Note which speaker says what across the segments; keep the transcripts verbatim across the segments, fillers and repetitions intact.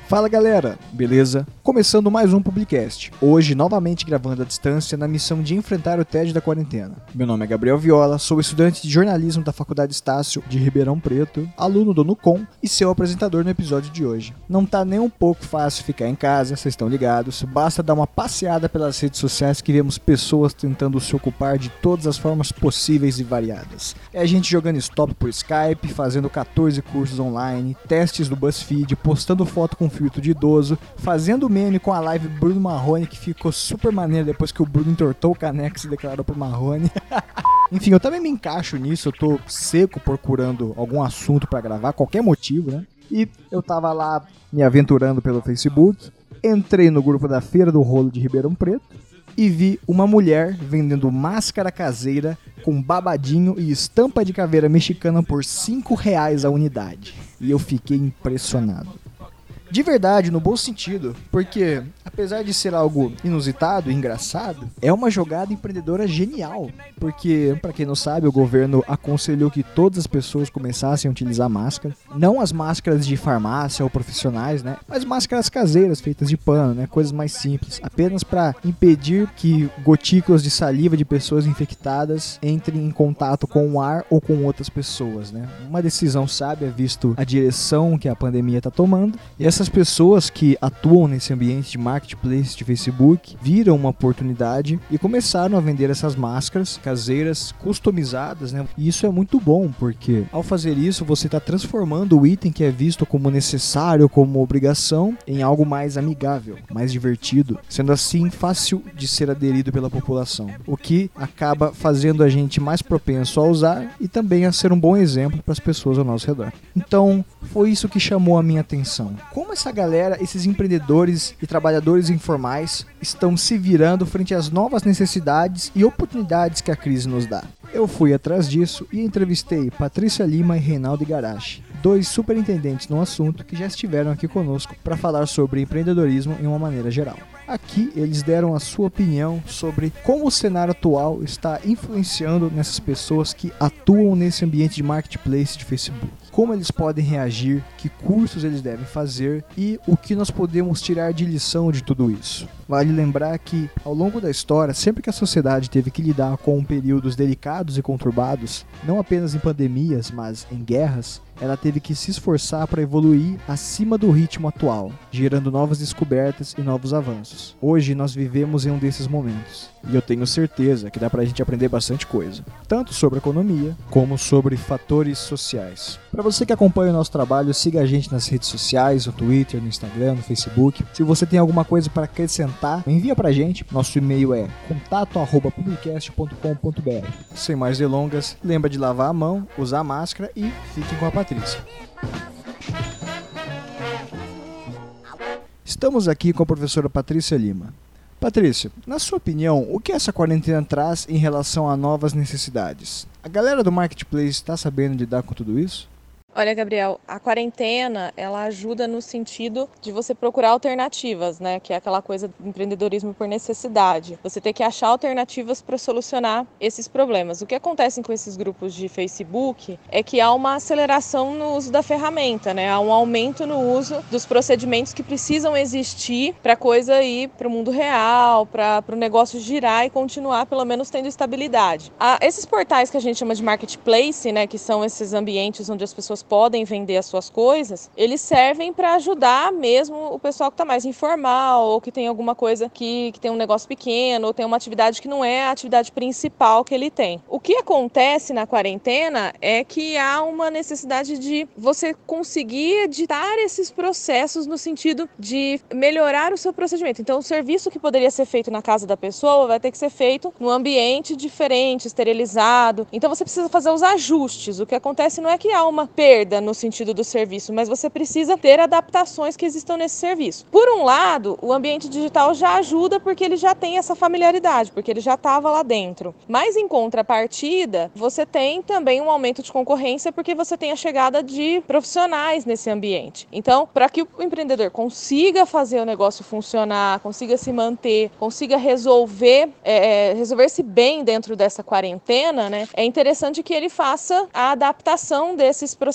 Speaker 1: Fala galera, beleza? Começando mais um Publicast, hoje novamente gravando à distância na missão de enfrentar o tédio da quarentena. Meu nome é Gabriel Viola, sou estudante de jornalismo da Faculdade Estácio de Ribeirão Preto, aluno do Nucom e seu apresentador no episódio de hoje. Não tá nem um pouco fácil ficar em casa, vocês estão ligados, basta dar uma passeada pelas redes sociais que vemos pessoas tentando se ocupar de todas as formas possíveis e variadas. É a gente jogando stop por Skype, fazendo catorze cursos online, testes do BuzzFeed, postando foto com filtro de idoso, fazendo meme com a live Bruno Marrone, que ficou super maneiro depois que o Bruno entortou o caneco e se declarou pro Marrone. Enfim, eu também me encaixo nisso, eu tô seco procurando algum assunto pra gravar, qualquer motivo, né? E eu tava lá me aventurando pelo Facebook, entrei no grupo da Feira do Rolo de Ribeirão Preto e vi uma mulher vendendo máscara caseira com babadinho e estampa de caveira mexicana por cinco reais a unidade. E eu fiquei impressionado. De verdade, no bom sentido, porque apesar de ser algo inusitado e engraçado, é uma jogada empreendedora genial, porque, para quem não sabe, o governo aconselhou que todas as pessoas começassem a utilizar máscara, não as máscaras de farmácia ou profissionais, né, mas máscaras caseiras feitas de pano, né, coisas mais simples, apenas para impedir que gotículas de saliva de pessoas infectadas entrem em contato com o ar ou com outras pessoas, né. Uma decisão sábia, visto a direção que a pandemia está tomando, e essas pessoas que atuam nesse ambiente de marketplace de Facebook viram uma oportunidade e começaram a vender essas máscaras caseiras customizadas, né? E isso é muito bom, porque ao fazer isso você está transformando o item que é visto como necessário, como obrigação, em algo mais amigável, mais divertido, sendo assim fácil de ser aderido pela população, o que acaba fazendo a gente mais propenso a usar e também a ser um bom exemplo para as pessoas ao nosso redor. Então, foi isso que chamou a minha atenção. Como essa galera, esses empreendedores e trabalhadores informais estão se virando frente às novas necessidades e oportunidades que a crise nos dá. Eu fui atrás disso e entrevistei Patrícia Lima e Reinaldo Igarashi, dois superintendentes no assunto que já estiveram aqui conosco para falar sobre empreendedorismo em uma maneira geral. Aqui eles deram a sua opinião sobre como o cenário atual está influenciando nessas pessoas que atuam nesse ambiente de marketplace de Facebook. Como eles podem reagir, que cursos eles devem fazer e o que nós podemos tirar de lição de tudo isso. Vale lembrar que, ao longo da história, sempre que a sociedade teve que lidar com períodos delicados e conturbados, não apenas em pandemias, mas em guerras, ela teve que se esforçar para evoluir acima do ritmo atual, gerando novas descobertas e novos avanços. Hoje nós vivemos em um desses momentos, e eu tenho certeza que dá pra gente aprender bastante coisa, tanto sobre economia, como sobre fatores sociais. Para você que acompanha o nosso trabalho, siga a gente nas redes sociais, no Twitter, no Instagram, no Facebook. Se você tem alguma coisa para acrescentar, envia pra gente. Nosso e-mail é contato arroba publicast ponto com ponto b r. Sem mais delongas, lembra de lavar a mão, usar máscara e fiquem com a Patrícia. Estamos aqui com a professora Patrícia Lima. Patrícia, na sua opinião, o que essa quarentena traz em relação a novas necessidades? A galera do marketplace está sabendo lidar com tudo isso?
Speaker 2: Olha, Gabriel, a quarentena, ela ajuda no sentido de você procurar alternativas, né? Que é aquela coisa do empreendedorismo por necessidade. Você tem que achar alternativas para solucionar esses problemas. O que acontece com esses grupos de Facebook é que há uma aceleração no uso da ferramenta, né? Há um aumento no uso dos procedimentos que precisam existir para a coisa ir para o mundo real, para o negócio girar e continuar, pelo menos, tendo estabilidade. Ah, esses portais que a gente chama de marketplace, né? Que são esses ambientes onde as pessoas podem vender as suas coisas, eles servem para ajudar mesmo o pessoal que está mais informal ou que tem alguma coisa que, que tem um negócio pequeno ou tem uma atividade que não é a atividade principal que ele tem. O que acontece na quarentena é que há uma necessidade de você conseguir editar esses processos no sentido de melhorar o seu procedimento. Então, o serviço que poderia ser feito na casa da pessoa vai ter que ser feito num ambiente diferente, esterilizado. Então, você precisa fazer os ajustes. O que acontece não é que há uma perda no sentido do serviço, mas você precisa ter adaptações que existam nesse serviço. Por um lado, o ambiente digital já ajuda porque ele já tem essa familiaridade, porque ele já estava lá dentro. Mas em contrapartida, você tem também um aumento de concorrência porque você tem a chegada de profissionais nesse ambiente. Então, para que o empreendedor consiga fazer o negócio funcionar, consiga se manter, consiga resolver, é, resolver-se bem dentro dessa quarentena, né, é interessante que ele faça a adaptação desses procedimentos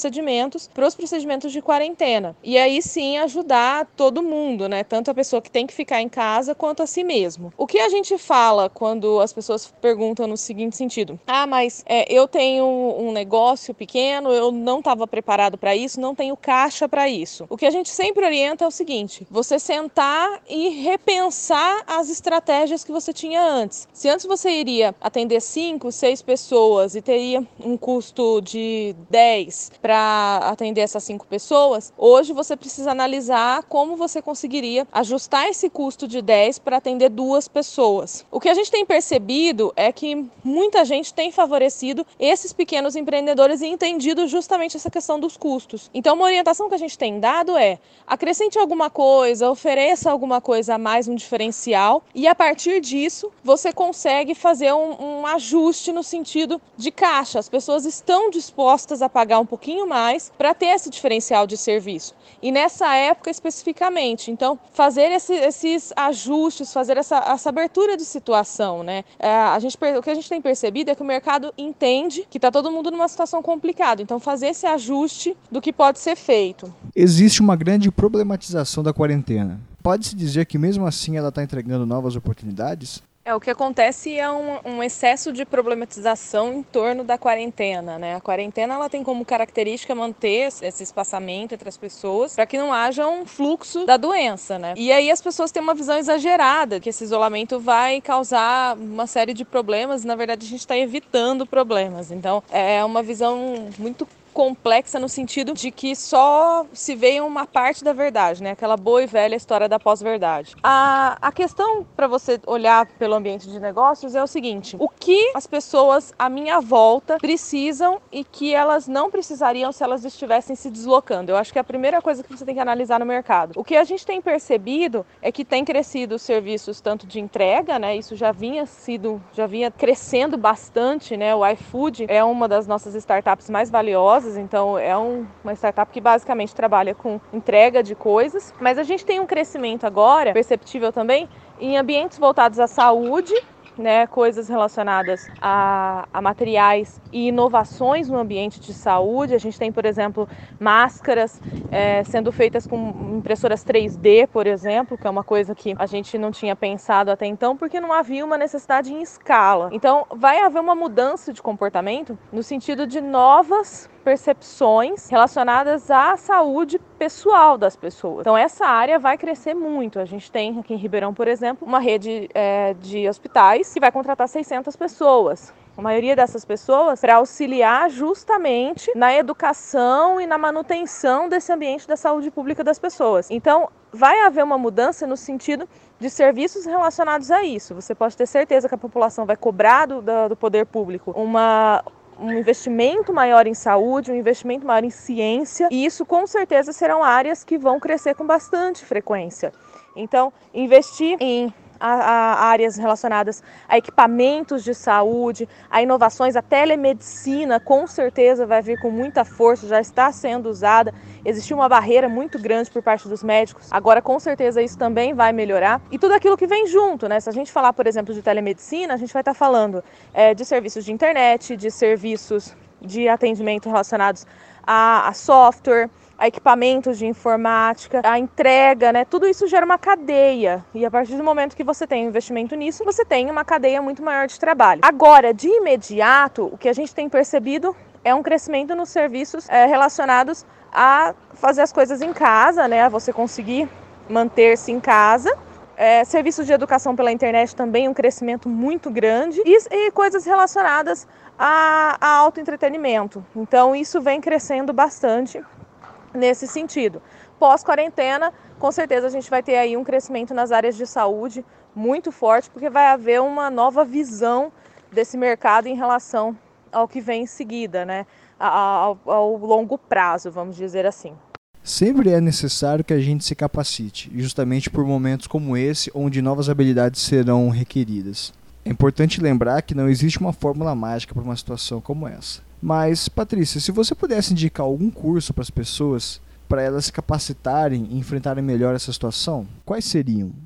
Speaker 2: procedimentos para os procedimentos de quarentena. E aí sim ajudar todo mundo, né? Tanto a pessoa que tem que ficar em casa quanto a si mesmo. O que a gente fala quando as pessoas perguntam no seguinte sentido: ah, mas é, eu tenho um negócio pequeno, eu não estava preparado para isso, não tenho caixa para isso. O que a gente sempre orienta é o seguinte: você sentar e repensar as estratégias que você tinha antes. Se antes você iria atender cinco, seis pessoas e teria um custo de dez para atender essas cinco pessoas, hoje você precisa analisar como você conseguiria ajustar esse custo de dez para atender duas pessoas. O que a gente tem percebido é que muita gente tem favorecido esses pequenos empreendedores e entendido justamente essa questão dos custos. Então, uma orientação que a gente tem dado é: acrescente alguma coisa, ofereça alguma coisa a mais, um diferencial, e a partir disso você consegue fazer um, um ajuste no sentido de caixa. As pessoas estão dispostas a pagar um pouquinho mais para ter esse diferencial de serviço. E nessa época especificamente, então, fazer esse, esses ajustes, fazer essa, essa abertura de situação, né? É, a gente, o que a gente tem percebido é que o mercado entende que está todo mundo numa situação complicada. Então, fazer esse ajuste do que pode ser feito.
Speaker 1: Existe uma grande problematização da quarentena. Pode-se dizer que mesmo assim ela está entregando novas oportunidades?
Speaker 2: É, o que acontece é um, um excesso de problematização em torno da quarentena, né? A quarentena ela tem como característica manter esse espaçamento entre as pessoas para que não haja um fluxo da doença, né? E aí as pessoas têm uma visão exagerada que esse isolamento vai causar uma série de problemas. Na verdade, a gente está evitando problemas. Então, é uma visão muito complexa no sentido de que só se vê uma parte da verdade, né? Aquela boa e velha história da pós-verdade. A, a questão para você olhar pelo ambiente de negócios é o seguinte: o que as pessoas à minha volta precisam e que elas não precisariam se elas estivessem se deslocando? Eu acho que é a primeira coisa que você tem que analisar no mercado. O que a gente tem percebido é que tem crescido os serviços tanto de entrega, né? Isso já vinha sido, já vinha crescendo bastante, né? O iFood é uma das nossas startups mais valiosas. Então é um, uma startup que basicamente trabalha com entrega de coisas, mas a gente tem um crescimento agora, perceptível também, em ambientes voltados à saúde, né, coisas relacionadas a, a materiais e inovações no ambiente de saúde. A gente tem, por exemplo, máscaras é, sendo feitas com impressoras três D, por exemplo, que é uma coisa que a gente não tinha pensado até então, porque não havia uma necessidade em escala. Então, vai haver uma mudança de comportamento no sentido de novas percepções relacionadas à saúde pessoal das pessoas. Então, essa área vai crescer muito. A gente tem aqui em Ribeirão, por exemplo, uma rede é, de hospitais que vai contratar seiscentas pessoas. A maioria dessas pessoas para auxiliar justamente na educação e na manutenção desse ambiente da saúde pública das pessoas. Então, vai haver uma mudança no sentido de serviços relacionados a isso. Você pode ter certeza que a população vai cobrar do, do poder público uma um investimento maior em saúde, um investimento maior em ciência, e isso com certeza serão áreas que vão crescer com bastante frequência. Então, investir em a, a áreas relacionadas a equipamentos de saúde, a inovações, a telemedicina com certeza vai vir com muita força, já está sendo usada. Existiu uma barreira muito grande por parte dos médicos, agora com certeza isso também vai melhorar. E tudo aquilo que vem junto, né? Se a gente falar, por exemplo, de telemedicina, a gente vai estar falando é, de serviços de internet, de serviços de atendimento relacionados a, a software, a equipamentos de informática, a entrega, né? Tudo isso gera uma cadeia. E a partir do momento que você tem um investimento nisso, você tem uma cadeia muito maior de trabalho. Agora, de imediato, o que a gente tem percebido é um crescimento nos serviços é, relacionados a fazer as coisas em casa, né? Você conseguir manter-se em casa. É, serviços de educação pela internet também um crescimento muito grande. E, e coisas relacionadas a, a autoentretenimento. Então, isso vem crescendo bastante nesse sentido. Pós-quarentena, com certeza a gente vai ter aí um crescimento nas áreas de saúde muito forte, porque vai haver uma nova visão desse mercado em relação ao que vem em seguida, né? Ao, ao longo prazo, vamos dizer assim.
Speaker 1: Sempre é necessário que a gente se capacite, justamente por momentos como esse, onde novas habilidades serão requeridas. É importante lembrar que não existe uma fórmula mágica para uma situação como essa. Mas, Patrícia, se você pudesse indicar algum curso para as pessoas, para elas se capacitarem e enfrentarem melhor essa situação, quais seriam?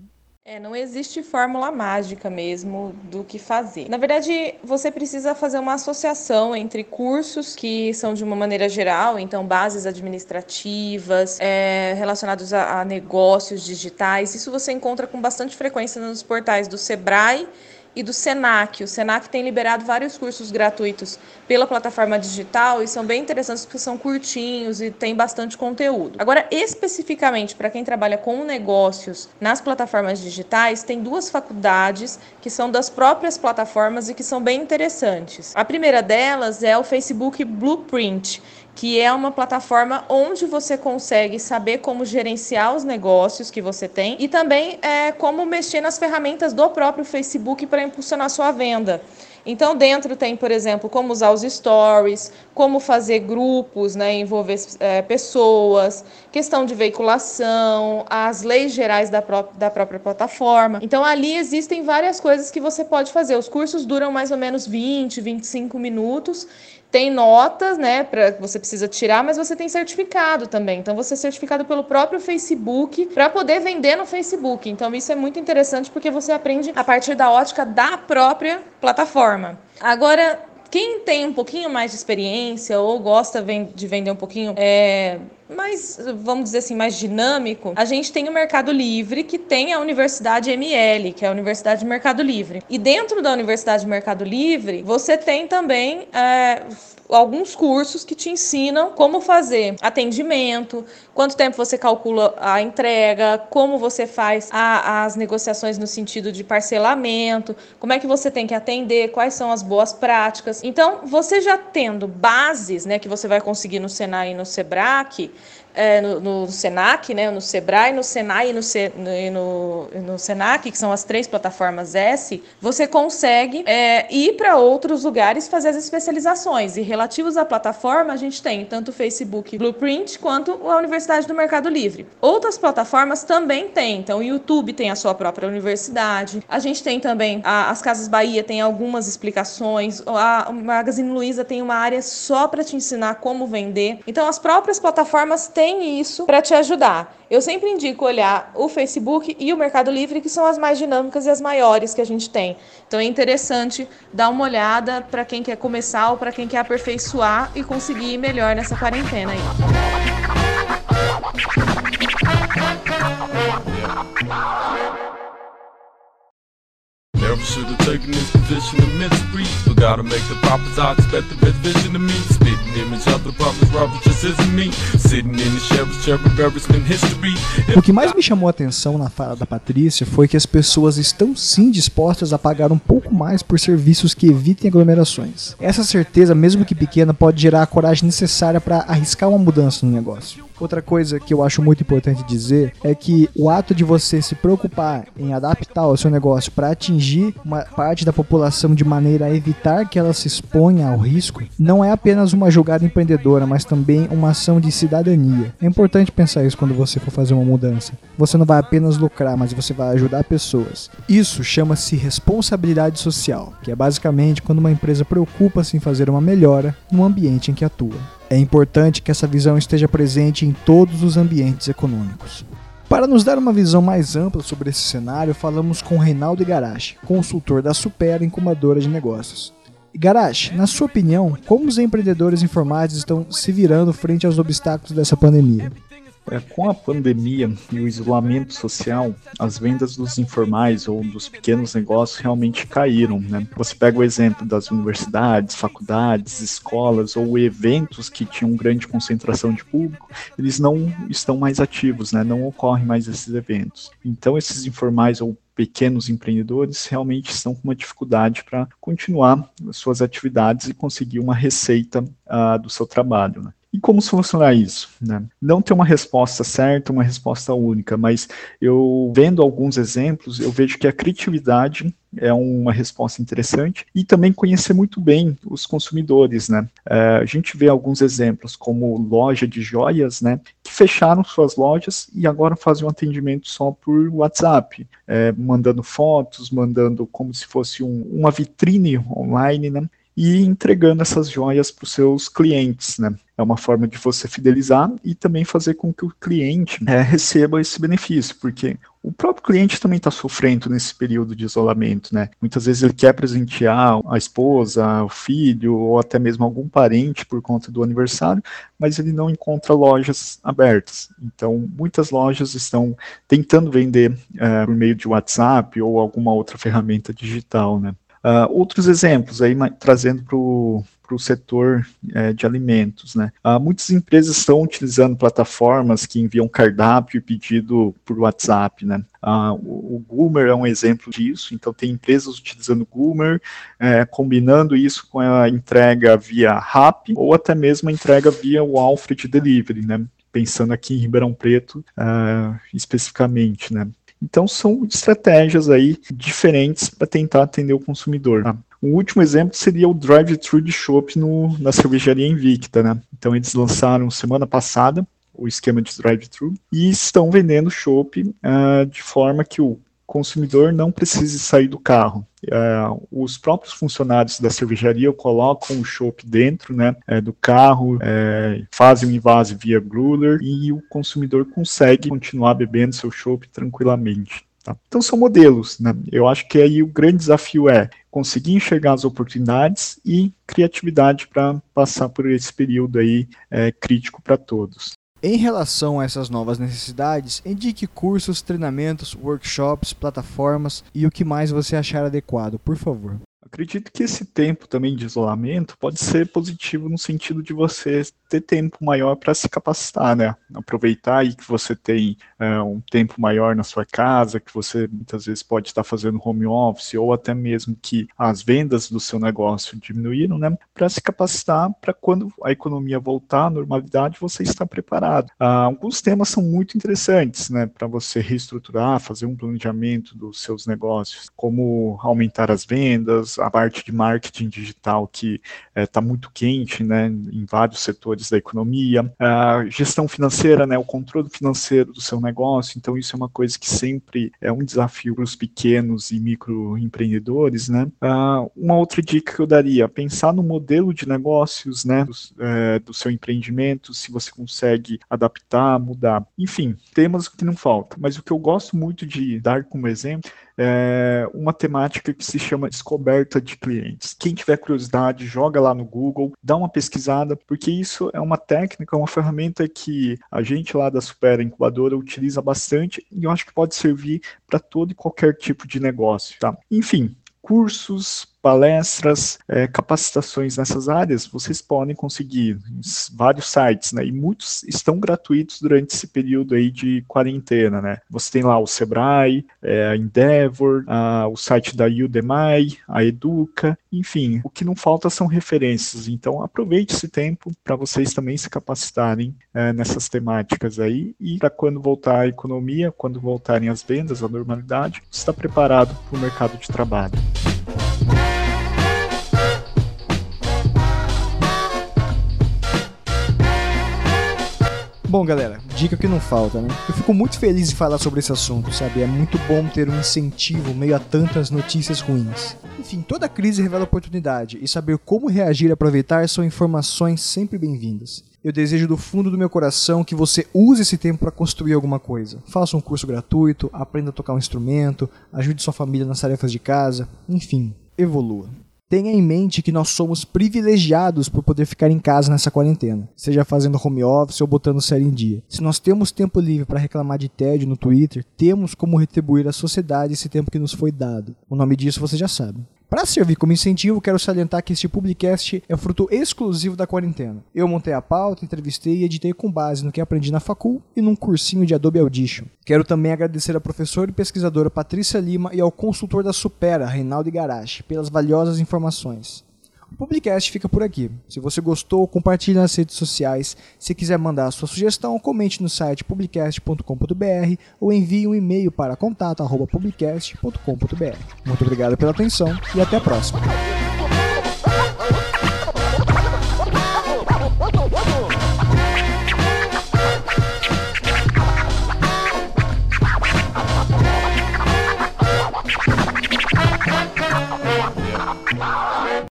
Speaker 2: É, não existe fórmula mágica mesmo do que fazer. Na verdade, você precisa fazer uma associação entre cursos que são de uma maneira geral, então bases administrativas, é, relacionados a, a negócios digitais. Isso você encontra com bastante frequência nos portais do Sebrae e do Senac. O Senac tem liberado vários cursos gratuitos pela plataforma digital e são bem interessantes porque são curtinhos e tem bastante conteúdo. Agora, especificamente para quem trabalha com negócios nas plataformas digitais, tem duas faculdades que são das próprias plataformas e que são bem interessantes. A primeira delas é o Facebook Blueprint, que é uma plataforma onde você consegue saber como gerenciar os negócios que você tem e também é, como mexer nas ferramentas do próprio Facebook para impulsionar sua venda. Então, dentro tem, por exemplo, como usar os stories, como fazer grupos, né, envolver é, pessoas, questão de veiculação, as leis gerais da, pró- da própria plataforma. Então, ali existem várias coisas que você pode fazer. Os cursos duram mais ou menos vinte, vinte e cinco minutos. Tem notas, né, para você precisa tirar, mas você tem certificado também. Então, você é certificado pelo próprio Facebook para poder vender no Facebook. Então, isso é muito interessante porque você aprende a partir da ótica da própria plataforma. Agora, quem tem um pouquinho mais de experiência ou gosta de vender um pouquinho é, mais, vamos dizer assim, mais dinâmico, a gente tem o Mercado Livre, que tem a Universidade M L, que é a Universidade de Mercado Livre. E dentro da Universidade de Mercado Livre, você tem também é, alguns cursos que te ensinam como fazer atendimento, quanto tempo você calcula a entrega, como você faz a, as negociações no sentido de parcelamento, como é que você tem que atender, quais são as boas práticas. Então, você já tendo bases, né, que você vai conseguir no Senai e no Sebrae, é, no, no Senac, né, no Sebrae, no Senai e no, C, no, no, no Senac, que são as três plataformas S, você consegue é, ir para outros lugares fazer as especializações. E relativos à plataforma, a gente tem tanto o Facebook Blueprint quanto a Universidade do Mercado Livre. Outras plataformas também têm. Então, o YouTube tem a sua própria universidade. A gente tem também, a, as Casas Bahia tem algumas explicações. A, a Magazine Luiza tem uma área só para te ensinar como vender. Então, as próprias plataformas têm isso para te ajudar. Eu sempre indico olhar o Facebook e o Mercado Livre, que são as mais dinâmicas e as maiores que a gente tem. Então é interessante dar uma olhada para quem quer começar ou para quem quer aperfeiçoar e conseguir ir melhor nessa quarentena aí. Never should have taken this position of mystery, but gotta make the prophets I expect the best vision of me. Spitting image of the prophets, Robert just isn't me. Sitting in the sheriff's chair, embarrassment history. O que mais me chamou a atenção na fala da Patrícia foi que as pessoas estão sim dispostas a pagar um pouco mais por serviços que evitem aglomerações. Essa certeza, mesmo que pequena, pode gerar a coragem necessária para arriscar uma mudança no negócio. Outra coisa que eu acho muito importante dizer é que o ato de você se preocupar em adaptar o seu negócio para atingir uma parte da população de maneira a evitar que ela se exponha ao risco não é apenas uma jogada empreendedora, mas também uma ação de cidadania. É importante pensar isso quando você for fazer uma mudança. Você não vai apenas lucrar, mas você vai ajudar pessoas. Isso chama-se responsabilidade social, que é basicamente quando uma empresa preocupa-se em fazer uma melhora no ambiente em que atua. É importante que essa visão esteja presente em todos os ambientes econômicos. Para nos dar uma visão mais ampla sobre esse cenário, falamos com Reinaldo Igarashi, consultor da Supera Incubadora de Negócios. Igarashi, na sua opinião, como os empreendedores informais estão se virando frente aos obstáculos dessa pandemia?
Speaker 3: É, com a pandemia e o isolamento social, as vendas dos informais ou dos pequenos negócios realmente caíram, né? Você pega o exemplo das universidades, faculdades, escolas ou eventos que tinham grande concentração de público, eles não estão mais ativos, né? Não ocorrem mais esses eventos. Então, esses informais ou pequenos empreendedores realmente estão com uma dificuldade para continuar suas atividades e conseguir uma receita uh, do seu trabalho, né? E como solucionar isso, né? Não tem uma resposta certa, uma resposta única, mas eu, vendo alguns exemplos, eu vejo que a criatividade é uma resposta interessante e também conhecer muito bem os consumidores, né? É, a gente vê alguns exemplos como loja de joias, né, que fecharam suas lojas e agora fazem um atendimento só por WhatsApp, é, mandando fotos, mandando como se fosse um, uma vitrine online, né? e entregando essas joias para os seus clientes, né? É uma forma de você fidelizar e também fazer com que o cliente é, receba esse benefício, porque o próprio cliente também está sofrendo nesse período de isolamento, né? Muitas vezes ele quer presentear a esposa, o filho, ou até mesmo algum parente por conta do aniversário, mas ele não encontra lojas abertas. Então, muitas lojas estão tentando vender é, por meio de WhatsApp ou alguma outra ferramenta digital, né? Uh, outros exemplos, aí, trazendo para o para o setor é, de alimentos, né? Uh, muitas empresas estão utilizando plataformas que enviam cardápio e pedido por WhatsApp, né? Uh, o, o Goomer é um exemplo disso, então tem empresas utilizando o Goomer, é, combinando isso com a entrega via Rappi ou até mesmo a entrega via o Alfred Delivery, né? Pensando aqui em Ribeirão Preto uh, especificamente, né? Então, são estratégias aí diferentes para tentar atender o consumidor. Tá? Um último exemplo seria o drive-thru de chopp no, na cervejaria Invicta, né? Então, eles lançaram semana passada o esquema de drive-thru e estão vendendo chopp uh, de forma que o consumidor não precise sair do carro. Uh, os próprios funcionários da cervejaria colocam o chopp dentro, né, é, do carro, é, fazem o invase via growler e o consumidor consegue continuar bebendo seu chopp tranquilamente. Tá? Então são modelos, né? Eu acho que aí o grande desafio é conseguir enxergar as oportunidades e criatividade para passar por esse período aí é, crítico para todos.
Speaker 1: Em relação a essas novas necessidades, indique cursos, treinamentos, workshops, plataformas e o que mais você achar adequado, por favor.
Speaker 3: Acredito que esse tempo também de isolamento pode ser positivo no sentido de você ter tempo maior para se capacitar, né? Aproveitar aí que você tem é, um tempo maior na sua casa, que você muitas vezes pode estar fazendo home office ou até mesmo que as vendas do seu negócio diminuíram, né? Para se capacitar para quando a economia voltar à normalidade, você estar preparado. Ah, alguns temas são muito interessantes, né? Para você reestruturar, fazer um planejamento dos seus negócios, como aumentar as vendas, a parte de marketing digital que está é, muito quente, né, em vários setores da economia, a gestão financeira, né, o controle financeiro do seu negócio, então isso é uma coisa que sempre é um desafio para os pequenos e microempreendedores, né. Uh, uma outra dica que eu daria, pensar no modelo de negócios, né, do, é, do seu empreendimento, se você consegue adaptar, mudar, enfim, temas que não faltam, mas o que eu gosto muito de dar como exemplo é uma temática que se chama descoberta de clientes. Quem tiver curiosidade, joga lá no Google, dá uma pesquisada, porque isso é uma técnica, uma ferramenta que a gente lá da Supera Incubadora utiliza bastante e eu acho que pode servir para todo e qualquer tipo de negócio, tá? Enfim, cursos, palestras, é, capacitações nessas áreas, vocês podem conseguir em vários sites, né? E muitos estão gratuitos durante esse período aí de quarentena, né? Você tem lá o Sebrae, é, a Endeavor, a, o site da Udemy, a Educa, enfim, o que não falta são referências. Então, aproveite esse tempo para vocês também se capacitarem é, nessas temáticas aí e para quando voltar a economia, quando voltarem as vendas, a normalidade, você está preparado para o mercado de trabalho.
Speaker 1: Bom, galera, dica que não falta, né? Eu fico muito feliz de falar sobre esse assunto, sabe? É muito bom ter um incentivo meio a tantas notícias ruins. Enfim, toda crise revela oportunidade e saber como reagir e aproveitar são informações sempre bem-vindas. Eu desejo do fundo do meu coração que você use esse tempo para construir alguma coisa. Faça um curso gratuito, aprenda a tocar um instrumento, ajude sua família nas tarefas de casa, enfim, evolua. Tenha em mente que nós somos privilegiados por poder ficar em casa nessa quarentena, seja fazendo home office ou botando série em dia. Se nós temos tempo livre para reclamar de tédio no Twitter, temos como retribuir à sociedade esse tempo que nos foi dado. O nome disso você já sabe. Para servir como incentivo, quero salientar que este Publicast é fruto exclusivo da quarentena. Eu montei a pauta, entrevistei e editei com base no que aprendi na facul e num cursinho de Adobe Audition. Quero também agradecer à professora e pesquisadora Patrícia Lima e ao consultor da Supera, Reinaldo Igarashi, pelas valiosas informações. O Publicast fica por aqui. Se você gostou, compartilhe nas redes sociais. Se quiser mandar a sua sugestão, comente no site publicast ponto com ponto b r ou envie um e-mail para contato arroba publicast ponto com ponto b r. Muito obrigado pela atenção e até a próxima.